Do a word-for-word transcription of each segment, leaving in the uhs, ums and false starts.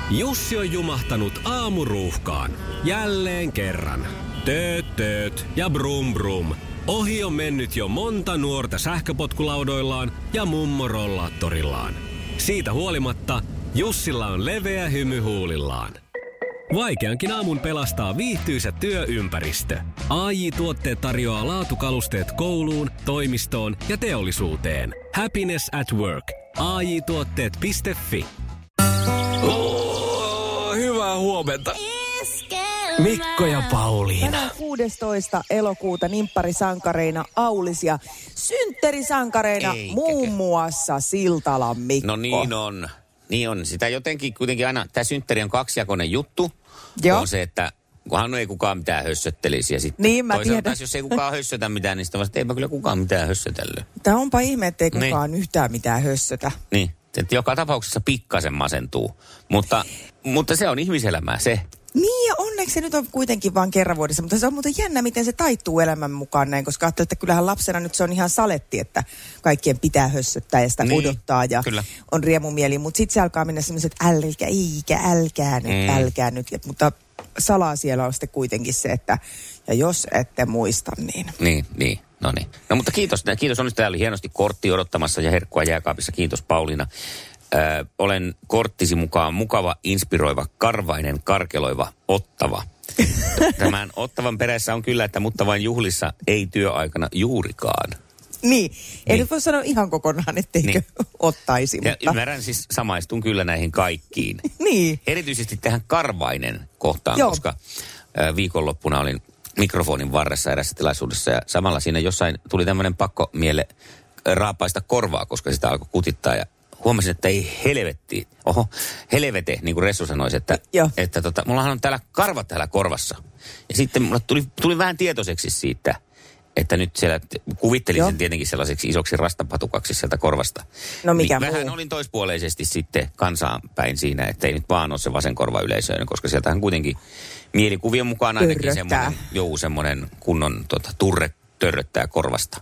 Jussi on jumahtanut aamuruuhkaan. Jälleen kerran. Tööt, tööt ja brum brum. Ohi on mennyt jo monta nuorta sähköpotkulaudoillaan ja mummorollaattorillaan. Siitä huolimatta Jussilla on leveä hymy huulillaan. Vaikeankin aamun pelastaa viihtyisä työympäristö. A J-tuotteet tarjoaa laatukalusteet kouluun, toimistoon ja teollisuuteen. Happiness at work. A J tuotteet piste fi. Oh, hyvää huomenta. Mikko ja Pauliina. Tänään kuudestoista elokuuta nimpparisankareina Aulis ja synttärisankareina Eikä. muun muassa Siltalan Mikko. No niin on. Niin on. Sitä jotenkin kuitenkin aina, tämä synttäri on kaksijakoinen juttu. Joo. On se, että kunhan ei kukaan mitään hössöttelisi. Ja sitten niin, toisaalta taas, jos ei kukaan hössötä mitään, niin sitten vasta eipä kyllä kukaan mitään hössötellyt. Tämä onpa ihme, ettei kukaan niin. yhtään mitään hössötä. Niin, että joka tapauksessa pikkasen masentuu. Mutta, mutta se on ihmiselämää se. Niin ja onneksi se nyt on kuitenkin vain kerran vuodessa, mutta se on muuten jännä, miten se taittuu elämän mukaan näin, koska ajattelin, että kyllähän lapsena nyt se on ihan saletti, että kaikkien pitää hössöttää ja sitä niin, odottaa ja kyllä. on riemumieli, mutta sitten se alkaa mennä semmoiset, että älkä, eikä, älkää nyt, mm. älkää nyt, ja, mutta salaa siellä on sitten kuitenkin se, että ja jos ette muista, niin. Niin, niin. No niin. No mutta kiitos, kiitos Onnista, oli hienosti kortti odottamassa ja herkkua jääkaapissa, kiitos Pauliina. Ö, olen korttisi mukaan mukava, inspiroiva, karvainen, karkeloiva, ottava. Tämän ottavan perässä on kyllä, että mutta vain juhlissa ei työaikana juurikaan. Niin, ei niin. nyt voi sanoa ihan kokonaan, etteikö niin. ottaisi. Ja mutta... ymmärrän siis, samaistun kyllä näihin kaikkiin. niin. Erityisesti tähän karvainen kohtaan, Joo. koska ö, viikonloppuna olin mikrofonin varressa erässä tilaisuudessa ja samalla siinä jossain tuli tämmöinen pakko miele raapaista korvaa, koska sitä alkoi kutittaa ja huomasin, että ei helvetti, oho, helvete, niin kuin Ressu sanoisi, että, että tota, mullahan on täällä karvat täällä korvassa. Ja sitten mulle tuli, tuli vähän tietoiseksi siitä, että nyt siellä, kuvittelin Joo. sen tietenkin sellaiseksi isoksi rastapatukaksi sieltä korvasta. No mikä niin muu? Vähän olin toispuoleisesti sitten kansaan päin siinä, että ei nyt vaan ole se vasen korva yleisöön, koska sieltähän kuitenkin mielikuvien mukaan ainakin semmoinen, jou, semmoinen kunnon tota, turre törröttää korvasta.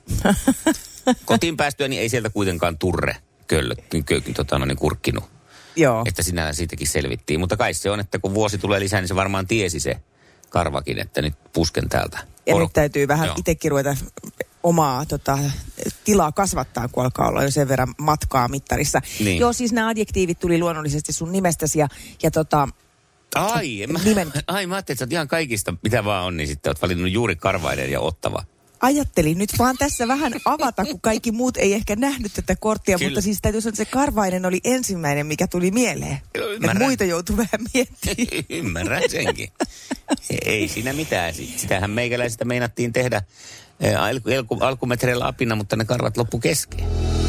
Kotiin päästyäni ei sieltä kuitenkaan turre. Köllö, kö, tota, no niin kurkkinut. Joo. Että sinällään siitäkin selvittiin. Mutta kai se on, että kun vuosi tulee lisää, niin se varmaan tiesi se karvakin, että nyt pusken täältä. Ja Oro. nyt täytyy vähän itsekin ruveta omaa tota, tilaa kasvattaa, kun alkaa olla jo sen verran matkaa mittarissa. Niin. Joo, siis nämä adjektiivit tuli luonnollisesti sun nimestäsi ja, ja tota... Ai, mä, nimen... ai, mä ajattelin, että sä oot ihan kaikista, mitä vaan on, niin sitten oot valinnut juuri karvainen ja ottava. Ajattelin nyt vaan tässä vähän avata, kun kaikki muut ei ehkä nähnyt tätä korttia, Kyllä. mutta siis täytyy sanoa, että se karvainen oli ensimmäinen, mikä tuli mieleen. Että muita joutuu vähän miettimään. Ymmärrän senkin. Ei siinä mitään. Sitähän meikäläisestä meinattiin tehdä alku, alku, alkumetreillä apina, mutta ne karvat loppu kesken.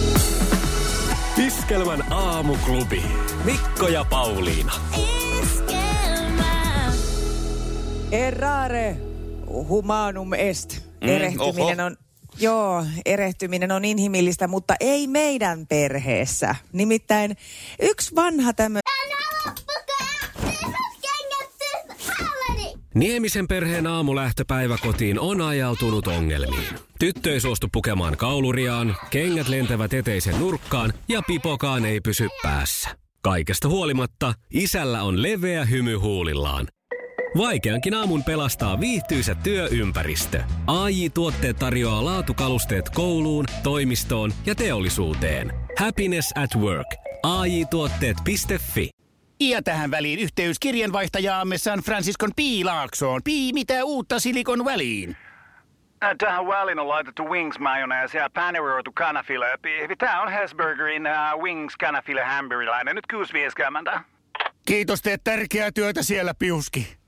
Iskelmän aamuklubi. Mikko ja Pauliina. Iskelmä. Errare humanum est. Erehtyminen mm, on, joo, erehtyminen on inhimillistä, mutta ei meidän perheessä. Nimittäin yksi vanha tämmöinen... Niemisen perheen aamulähtöpäivä kotiin on ajautunut ongelmiin. Tyttö ei suostu pukemaan kauluriaan, kengät lentävät eteisen nurkkaan ja pipokaan ei pysy päässä. Kaikesta huolimatta isällä on leveä hymy huulillaan. Vaikeankin aamun pelastaa viihtyisä työympäristö. A J-tuotteet tarjoaa laatukalusteet kouluun, toimistoon ja teollisuuteen. Happiness at work. A J tuotteet piste fi. Ja tähän väliin yhteys kirjanvaihtajaamme San Franciscon Piilaaksoon. Pii, mitä uutta Silikon väliin? Tähän väliin on laitettu wings mayonnaise ja paneroitu kanafila. Tämä on Hesburgerin uh, wings kanafila hamburilainen. Nyt kuusi vieskäämäntä. Kiitos, teet tärkeää työtä siellä, Piuski.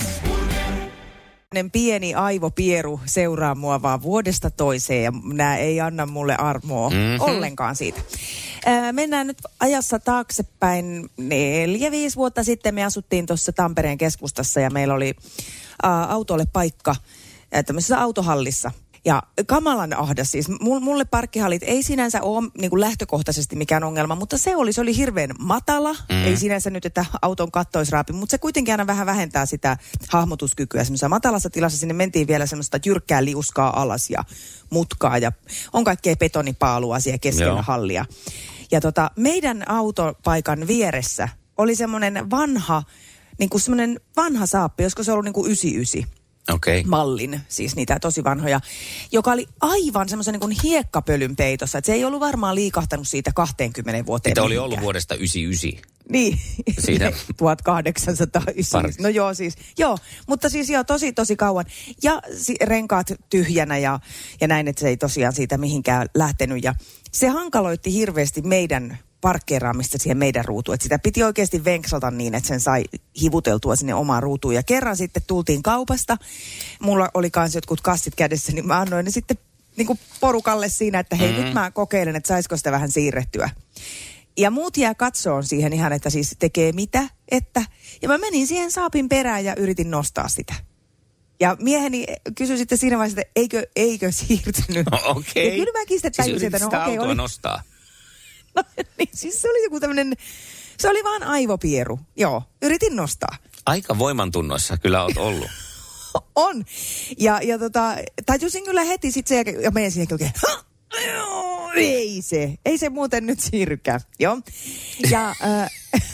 Pieni aivopieru seuraa mua vaan vuodesta toiseen ja nämä ei anna mulle armoa mm-hmm. ollenkaan siitä. Ää, mennään nyt ajassa taaksepäin. Neljä, viisi vuotta sitten me asuttiin tuossa Tampereen keskustassa ja meillä oli ää, autolle paikka ää, tämmöisessä autohallissa. Ja kamalan ahdas siis. Mulle parkkihallit ei sinänsä ole niin kuin lähtökohtaisesti mikään ongelma, mutta se oli, se oli hirveän matala. Mm. Ei sinänsä nyt, että auton katto olisi raapi, mutta se kuitenkin aina vähän vähentää sitä hahmotuskykyä. Semmoisessa matalassa tilassa sinne mentiin vielä semmoista jyrkkää liuskaa alas ja mutkaa ja on kaikkea betonipaalua siellä keskellä Joo. hallia. Ja tota, meidän autopaikan vieressä oli semmoinen vanha, niin kuin semmoinen vanha saappi, josko se ollut niin kuin yhdeksänkymmentäyhdeksän. Okay. Mallin, siis niitä tosi vanhoja, joka oli aivan semmoisen niin kuin hiekkapölyn peitossa. Että se ei ollut varmaan liikahtanut siitä kaksikymmentä vuoteen. Niitä oli ollut vuodesta yhdeksänkymmentäyhdeksän. Niin, Siinä tuhatkahdeksansataayhdeksänkymmentä. No joo siis, joo, mutta siis joo, tosi tosi kauan. Ja si- renkaat tyhjänä ja, ja näin, että se ei tosiaan siitä mihinkään lähtenyt. Ja se hankaloitti hirveästi meidän parkkeeraamista siihen meidän ruutuun. Että sitä piti oikeasti venksalta niin, että sen sai hivuteltua sinne omaan ruutuun. Ja kerran sitten tultiin kaupasta. Mulla oli kans jotkut kassit kädessä, niin mä annoin ne sitten niin kuin porukalle siinä, että hei, mm-hmm. nyt mä kokeilen, että saisiko sitä vähän siirrettyä. Ja muut jää katsoon siihen ihan, että siis tekee mitä, että... Ja mä menin siihen saapin perään ja yritin nostaa sitä. Ja mieheni kysyi sitten siinä vaiheessa, että eikö, eikö siirtynyt. No, okei. Ja kyllä mäkin sitten tajusin, siis että no okei, okay, oli... nostaa. No niin, siis se oli joku tämmöinen, se oli vaan aivopieru. Joo, yritin nostaa. Aika voimantunnoissa kyllä oot ollut. On. Ja, ja tota, tajusin kyllä heti sitten se, ja menin siihen oikein, ei se, ei se muuten nyt siirrykään. Joo. Ja, äh,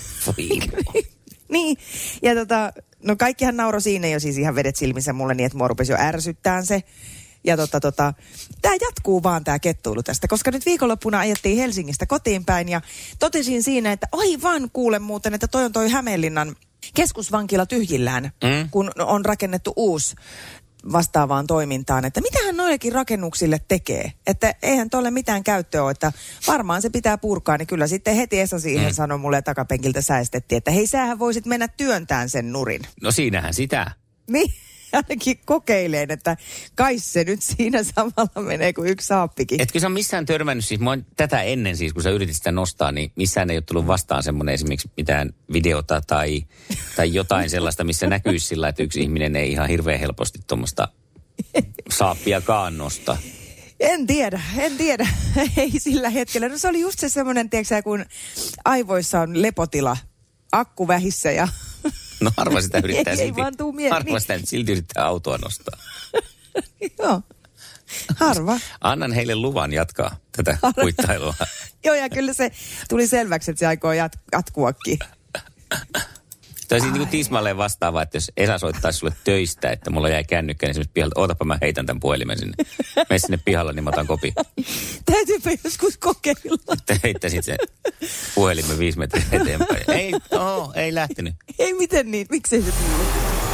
niin, ja tota, no kaikkihan nauroi siinä jo siis ihan vedet silmissä mulle niin, että mua rupesi jo ärsyttään se. Ja tota, tota, tämä jatkuu vaan tämä kettuilu tästä, koska nyt viikonloppuna ajettiin Helsingistä kotiin päin ja totesin siinä, että aivan kuule muuten, että toi on toi Hämeenlinnan keskusvankila tyhjillään, mm. kun on rakennettu uusi vastaavaan toimintaan, että mitähän noillekin rakennuksille tekee, että eihän tolle mitään käyttöä ole, että varmaan se pitää purkaa, niin kyllä sitten heti Esa siihen mm. sanoi mulle takapenkiltä säestettiin, että hei sähän voisit mennä työntään sen nurin. No siinähän sitä. Niin. Ainakin kokeileen, että kai se nyt siinä samalla menee kuin yksi saappikin. Etkö sä missään törmännyt, siis mä tätä ennen siis, kun sä yritit sitä nostaa, niin missään ei ole tullut vastaan semmoinen esimerkiksi mitään videota tai, tai jotain sellaista, missä näkyisi sillä, että yksi ihminen ei ihan hirveän helposti tuommoista saappiakaan nosta. En tiedä, en tiedä. Ei sillä hetkellä. No se oli just se semmoinen, tiedätkö kun aivoissa on lepotila, akku vähissä ja... No harva sitä yrittää ei, silti. Ei vaan tuu mie- harva niin. sitä silti yrittää autoa nostaa. Joo, harva. Annan heille luvan jatkaa tätä kuittailua. Joo, ja kyllä se tuli selväksi, että se aikoo jat- jatkuakin. Tämä on siis niin tismalleen vastaava, että jos Esa soittaisi sulle töistä, että mulla jäi kännykkä, niin esimerkiksi pihalta, ootapa mä heitän tämän puhelimen sinne. Mene sinne pihalla, niin mä otan kopi. Täytyypä joskus kokeilla. Että heittäisit sen puhelimen viisi metriä eteenpäin. Ei, oh, ei lähtenyt. Ei, miten niin? Miksei se tullut?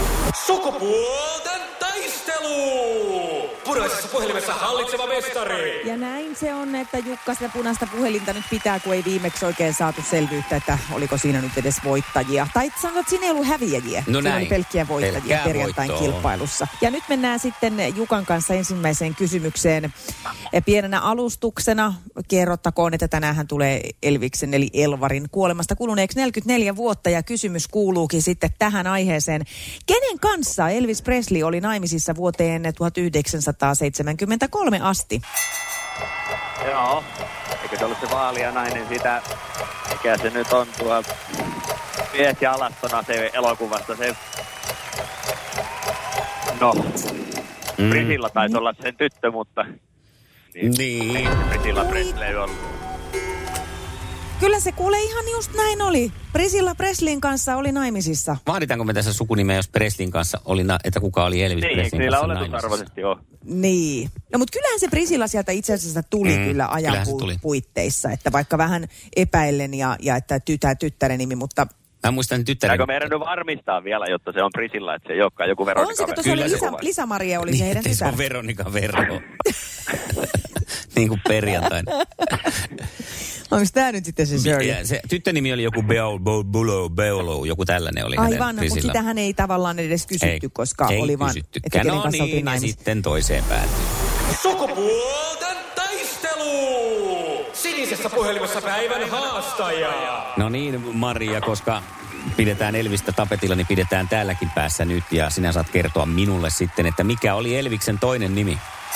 Sukupuolten taistelu! Punaisessa puhelimessa hallitseva mestari. Ja näin se on, että Jukka sitä punaista puhelinta nyt pitää, kun ei viimeksi oikein saatu selvyyttä, että oliko siinä nyt edes voittajia. Tai sanotaan, että siinä ei ollut häviäjiä. No siinä oli pelkkiä voittajia Pelkkää perjantain voittoa. kilpailussa. Ja nyt mennään sitten Jukan kanssa ensimmäiseen kysymykseen. Pienenä alustuksena kerrottakoon, että tänäänhän tulee Elviksen eli Elvarin kuolemasta kuluneeksi neljäkymmentäneljä vuotta. Ja kysymys kuuluukin sitten tähän aiheeseen. Kenen kanssa Elvis Presley oli naimisissa vuoteen tuhatyhdeksänsataaseitsemänkymmentäkolme asti? Joo, eikö se ollut se vaalia nainen sitä, mikä se nyt on tuo mies ja alastona se elokuvasta se... No, mm. Prisilla taisi olla sen tyttö, mutta... Niin. niin. Prisilla Presley on. Kyllä se kuule ihan just näin oli. Priscilla Presleyn kanssa oli naimisissa. Vaaditaanko me tässä sukunimeä, jos Presleyn kanssa oli, na- että kuka oli Elvis niin, Presleyn kanssa naimisissa? Niin, oletusarvoisesti on. Niin. No mutta kyllähän se Priscilla sieltä itse asiassa tuli mm, kyllä ajan pu- puitteissa. Että vaikka vähän epäillen ja, ja että tytär, tyttären nimi, mutta... Mä muistan tyttären... Eikö meidän nyt varmistaa vielä, jotta se on Priscilla, että se ei olekaan joku Veronika? On se, kun se oli Lisa, Lisa-Maria oli se heidän tytär. Se on Veronika Verho. Niin kuin perjantaina. Onko tämä nyt sitten se Shirley? Se tyttönimi oli joku Beolo, Beolo, Beolo, joku tällainen oli. Aivan, mutta sitähän ei tavallaan edes kysytty, ei, koska ei oli vaan, että kenen no kanssa oltiin niin, naimisissa. sitten toiseen päätyy. Sukupuolten taistelu! Sinisessä puhelimessa päivän haastaja. No niin, Maria, koska pidetään Elvistä tapetilla, niin pidetään täälläkin päässä nyt. Ja sinä saat kertoa minulle sitten, että mikä oli Elviksen toinen nimi?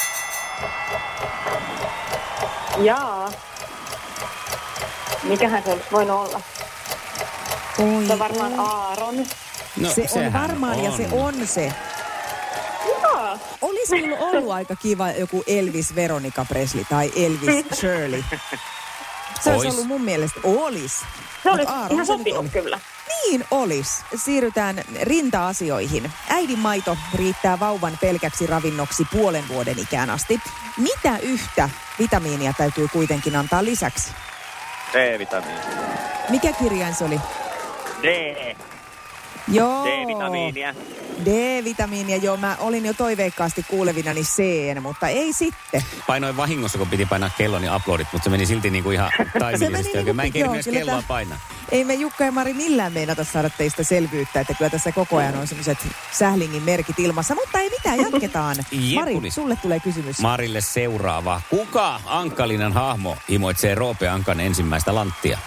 Jaa. Mikähän se olisi voinut olla? Oi, se on varmaan Aaron. No, se on varmaan on. Ja se on se. Jaa. Olisi kyllä ollut aika kiva joku Elvis Veronica Presley tai Elvis Shirley. Se olisi ollut mun mielestä. Olis. Se oli Aaron ihan se nyt sopinut oli. kyllä. Niin olis. Siirrytään rinta-asioihin. Äidinmaito riittää vauvan pelkäksi ravinnoksi puolen vuoden ikään asti. Mitä yhtä vitamiinia täytyy kuitenkin antaa lisäksi? D-vitamiini. Mikä kirjain se oli? D. Joo. D-vitamiinia. D-vitamiinia, joo. Mä olin jo toiveikkaasti kuulevinani C, mutta ei sitten. Painoin vahingossa, kun piti painaa kello, niin uploadit, mutta se meni silti niinku ihan taimillisesti. niinku, Mä en joo, kerinyt edes kyllä kelloa tää- painaa. Ei me Jukka ja Mari millään meinata saada teistä selvyyttä, että kyllä tässä koko ajan on semmoiset sählingin merkit ilmassa. Mutta ei mitään, jatketaan. Mari, Jepuli. sulle tulee kysymys. Marille seuraava. Kuka Ankkalinan hahmo himoitsee Roope Ankan ensimmäistä lanttia?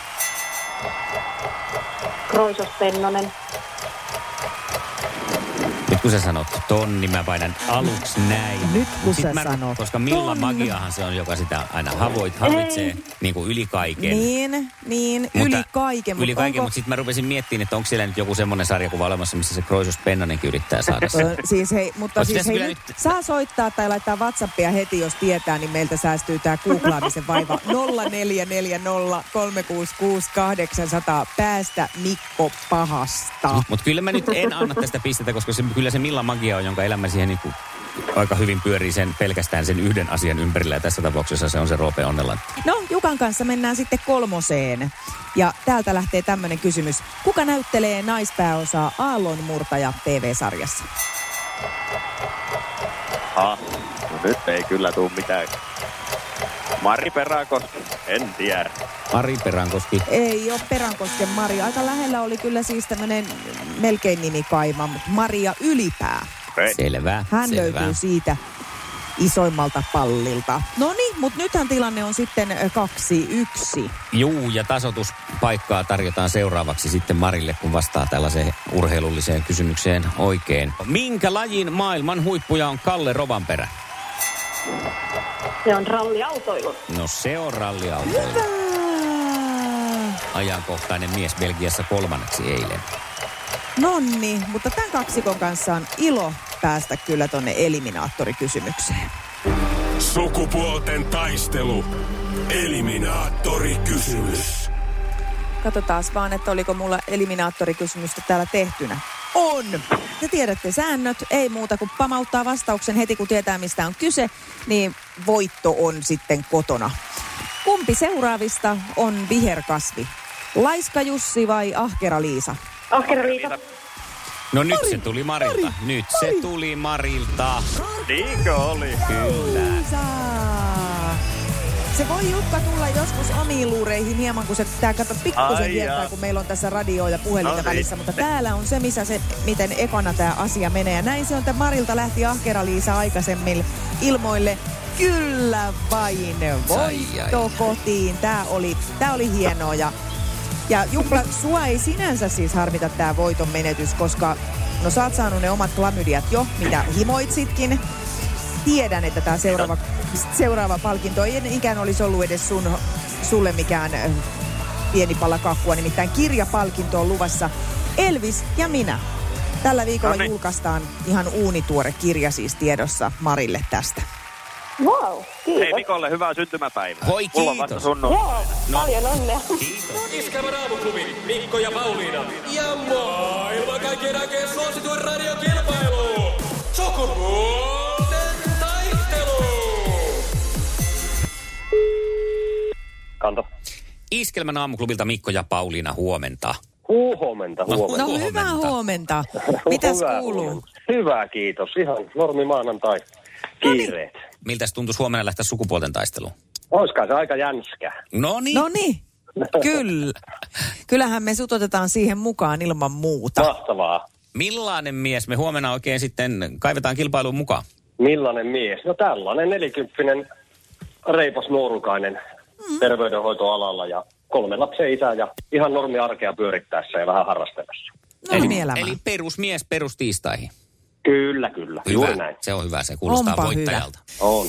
Kroisos Pennonen. Nyt kun sä sanot ton, niin mä painan aluksi näin. Nyt kun Sit sä mä, sanot koska Milla ton. Magiahan se on, joka sitä aina havoit, havitsee niin kuin yli kaiken. Niin, niin, Mutta- yli kaiken. Yli mutta kaiken, onko- mutta sitten mä rupesin miettimään, että onko siellä nyt joku semmoinen sarjakuva olemassa, missä se Kroisos Pennonenkin yrittää saada sen. Ö, siis hei, mutta Oot siis tässä hei, kyllä nyt nyt- saa soittaa tai laittaa WhatsAppia heti, jos tietää, niin meiltä säästyy tämä googlaamisen vaiva. nolla neljä neljä nolla kolme kuusi kuusi kahdeksan nolla nolla päästä Mikko pahasta. Mutta kyllä mä nyt en anna tästä pistettä, koska se, kyllä se Milla Magia on, jonka elämä siihen niin kuin aika hyvin pyörii sen, pelkästään sen yhden asian ympärillä. Ja tässä tapauksessa se on se Roope Onnelantti. No, Jukan kanssa mennään sitten kolmoseen. Ja täältä lähtee tämmöinen kysymys. Kuka näyttelee naispääosaa Aallonmurtaja T V-sarjassa? Ha, no nyt ei kyllä tuu mitään. Mari Peräkoski, en tiedä. Ari Peränkoski. Ei ole Peränkosken Maria. Aika lähellä oli kyllä siis tämmöinen melkein nimikaima, mutta Maria Ylipää. Okei. Selvä. Hän selvä. löytyy siitä isoimmalta pallilta. No niin, mutta nythän tilanne on sitten ö, kaksi yksi. Juu, ja tasoituspaikkaa tarjotaan seuraavaksi sitten Marille, kun vastaa tällaiseen urheilulliseen kysymykseen oikein. Minkä lajin maailman huippuja on Kalle Rovanperä? Se on ralliautoilu. No se on ralliautoilu. Ajankohtainen mies Belgiassa kolmanneksi eilen. Nonni, mutta tämän kaksikon kanssa on ilo päästä kyllä tonne eliminaattorikysymykseen. Sukupuolten taistelu. Eliminaattorikysymys. Katsotaan vaan, että oliko mulla eliminaattorikysymystä täällä tehtynä. On! Te tiedätte säännöt, ei muuta kuin pamauttaa vastauksen heti kun tietää mistä on kyse, niin voitto on sitten kotona. Kumpi seuraavista on viherkasvi? Laiska Jussi vai ahkera Liisa? Ahkera Liisa. No nyt Mari, se tuli Marilta. Mari, nyt Mari. se tuli Marilta. Niinkö oli? Kyllä. Liisa! Se voi Jukka tulla joskus omiin luureihin hieman, kun se tää kato pikkusen Ai kiertää, jaa. kun meillä on tässä radio ja puhelinta No välissä. niin. Mutta täällä on se, missä se, miten ekana tämä asia menee. Ja näin se on, että Marilta lähti ahkera Liisa aikaisemmin ilmoille. Kyllä vain, voitto ai. kotiin. Tää oli, tää oli hienoa. Ja, ja Jukka, sua ei sinänsä siis harmita tää voiton menetys, koska no sä oot saanut ne omat klamydiat jo, mitä himoitsitkin. Tiedän, että tämä seuraava, seuraava palkinto ei ikään olisi ollut edes sun, sulle mikään äh, pieni pala kakkua, nimittäin kirjapalkinto on luvassa. Elvis ja minä. Tällä viikolla Noniin. julkaistaan ihan uunituore kirja siis tiedossa Marille tästä. Wow, kiitos. Hei Mikolle hyvää syntymäpäivää. Hoi, Mulla on vasta kiitos. sunnuntai. Joo, paljon onnea. Iskävä raamuklubi, Mikko ja Pauliina. Ja maailman kaikkien aikeen suosituen radiokilpailu. Sukupuolten taistelu. Kanto. Iskelmän aamuklubilta Mikko ja Pauliina, huomenta. Uh, huomenta, huomenta. No Huomenta. hyvää huomenta. Mitäs Hyvää kuuluu? huomenta. Hyvä, kiitos. Ihan normi maanantai. Kiireet. Miltäs tuntuisi huomenna lähteä sukupuolten taisteluun? Oliskaan se aika jänskä. No niin. No niin, kyllä. Kyllähän me sut otetaan siihen mukaan ilman muuta. Mahtavaa. Millainen mies me huomenna oikein sitten kaivetaan kilpailuun mukaan? Millainen mies? No tällainen nelikymppinen reipas nuorukainen mm. terveydenhoitoalalla ja kolme lapsen isä ja ihan normi arkea pyörittäessä ja vähän harrastamassa. Normielämää. Eli perusmies perustiistaihin. Kyllä, kyllä. Hyvä. Juuri näin. Se on hyvä, se kuulostaa Onpa voittajalta. On.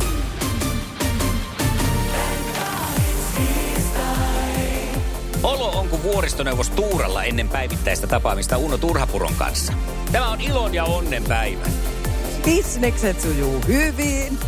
Olo on kuin vuoristoneuvos Tuuralla ennen päivittäistä tapaamista Uno Turhapuron kanssa. Tämä on ilon ja onnen päivä. Bisnekset sujuu hyvin.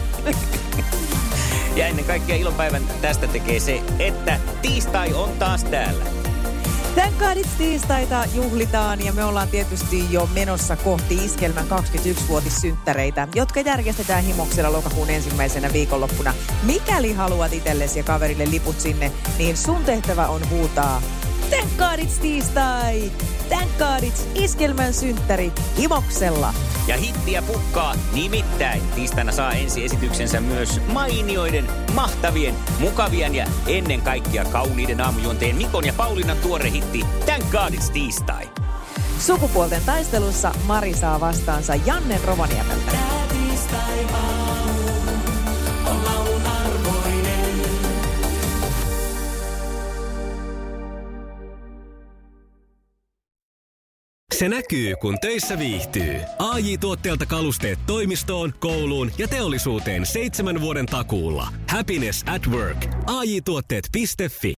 Ja ennen kaikkea ilonpäivän tästä tekee se, että tiistai on taas täällä. Thank God It's tiistaita juhlitaan ja me ollaan tietysti jo menossa kohti Iskelmän kaksikymmentäyksivuotissynttäreitä, jotka järjestetään Himoksella lokakuun ensimmäisenä viikonloppuna. Mikäli haluat itsellesi ja kaverille liput sinne, niin sun tehtävä on huutaa Thank God It's tiistai! Thank God It's Iskelmän synttäri Himoksella! Ja hittiä pukkaa, nimittäin tiistaina saa ensi esityksensä myös mainioiden, mahtavien, mukavien ja ennen kaikkea kauniiden aamujuonteen Mikon ja Pauliinan tuore hitti Thank God It's tiistai. Sukupuolten taistelussa Mari saa vastaansa Jannen Rovaniemeltä. Se näkyy, kun töissä viihtyy. A J-tuotteelta kalusteet toimistoon, kouluun ja teollisuuteen seitsemän vuoden takuulla. Happiness at work. A J tuotteet piste fi